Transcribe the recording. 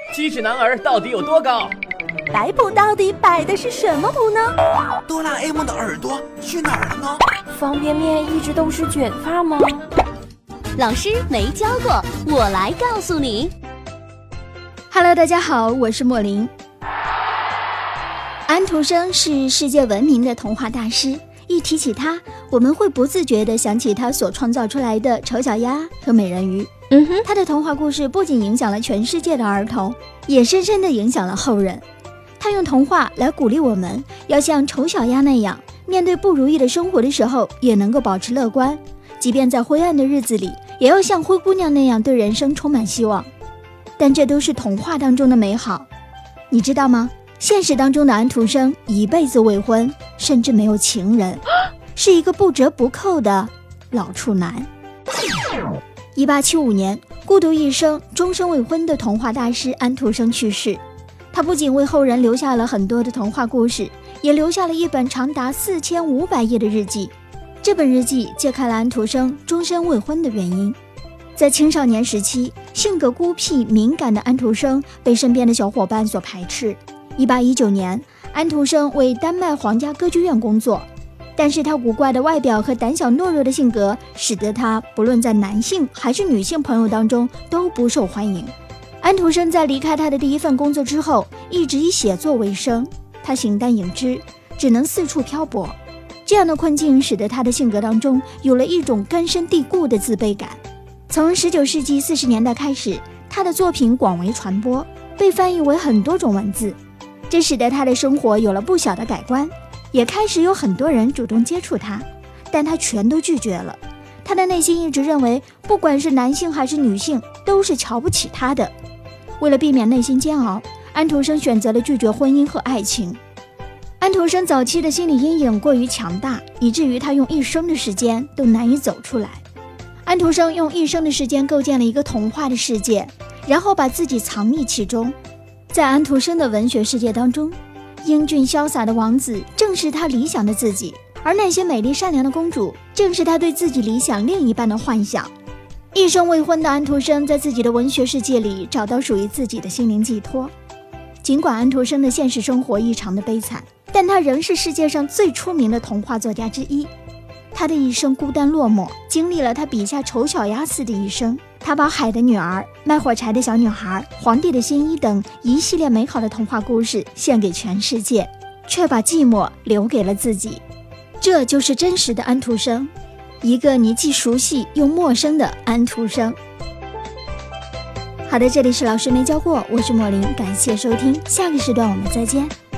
7尺男儿到底有多高？ 摆谱到底摆的是什么谱呢？ 哆啦 A 梦的耳朵去哪儿了呢？ 方便面一直都是卷发吗？ 老师没教过，我来告诉你。 Hello， 大家好，我是莫林。安徒生是世界闻名的童话大师，一提起他，我们会不自觉地想起他所创造出来的丑小鸭和美人鱼。他的童话故事不仅影响了全世界的儿童，也深深地影响了后人。他用童话来鼓励我们，要像丑小鸭那样，面对不如意的生活的时候，也能够保持乐观，即便在灰暗的日子里，也要像灰姑娘那样对人生充满希望。但这都是童话当中的美好，你知道吗？现实当中的安徒生一辈子未婚，甚至没有情人，是一个不折不扣的老处男。1875年，孤独一生、终身未婚的童话大师安徒生去世。他不仅为后人留下了很多的童话故事，也留下了一本长达4500页的日记。这本日记揭开了安徒生终身未婚的原因。在青少年时期，性格孤僻敏感的安徒生被身边的小伙伴所排斥。1819年，安徒生为丹麦皇家歌剧院工作，但是他古怪的外表和胆小懦弱的性格，使得他不论在男性还是女性朋友当中都不受欢迎。安徒生在离开他的第一份工作之后，一直以写作为生，他形单影只，只能四处漂泊。这样的困境使得他的性格当中有了一种根深蒂固的自卑感。从19世纪40年代开始，他的作品广为传播，被翻译为很多种文字，这使得他的生活有了不小的改观，也开始有很多人主动接触他，但他全都拒绝了。他的内心一直认为，不管是男性还是女性，都是瞧不起他的。为了避免内心煎熬，安徒生选择了拒绝婚姻和爱情。安徒生早期的心理阴影过于强大，以至于他用一生的时间都难以走出来。安徒生用一生的时间构建了一个童话的世界，然后把自己藏匿其中。在安徒生的文学世界当中，英俊潇洒的王子正是他理想的自己，而那些美丽善良的公主正是他对自己理想另一半的幻想。一生未婚的安徒生在自己的文学世界里找到属于自己的心灵寄托。尽管安徒生的现实生活异常的悲惨，但他仍是世界上最出名的童话作家之一。他的一生孤单落寞，经历了他笔下丑小鸭似的一生。他把海的女儿、卖火柴的小女孩、皇帝的新衣等一系列美好的童话故事献给全世界，却把寂寞留给了自己。这就是真实的安徒生，一个你既熟悉又陌生的安徒生。好的，这里是老师没教过，我是莫林，感谢收听，下个时段我们再见。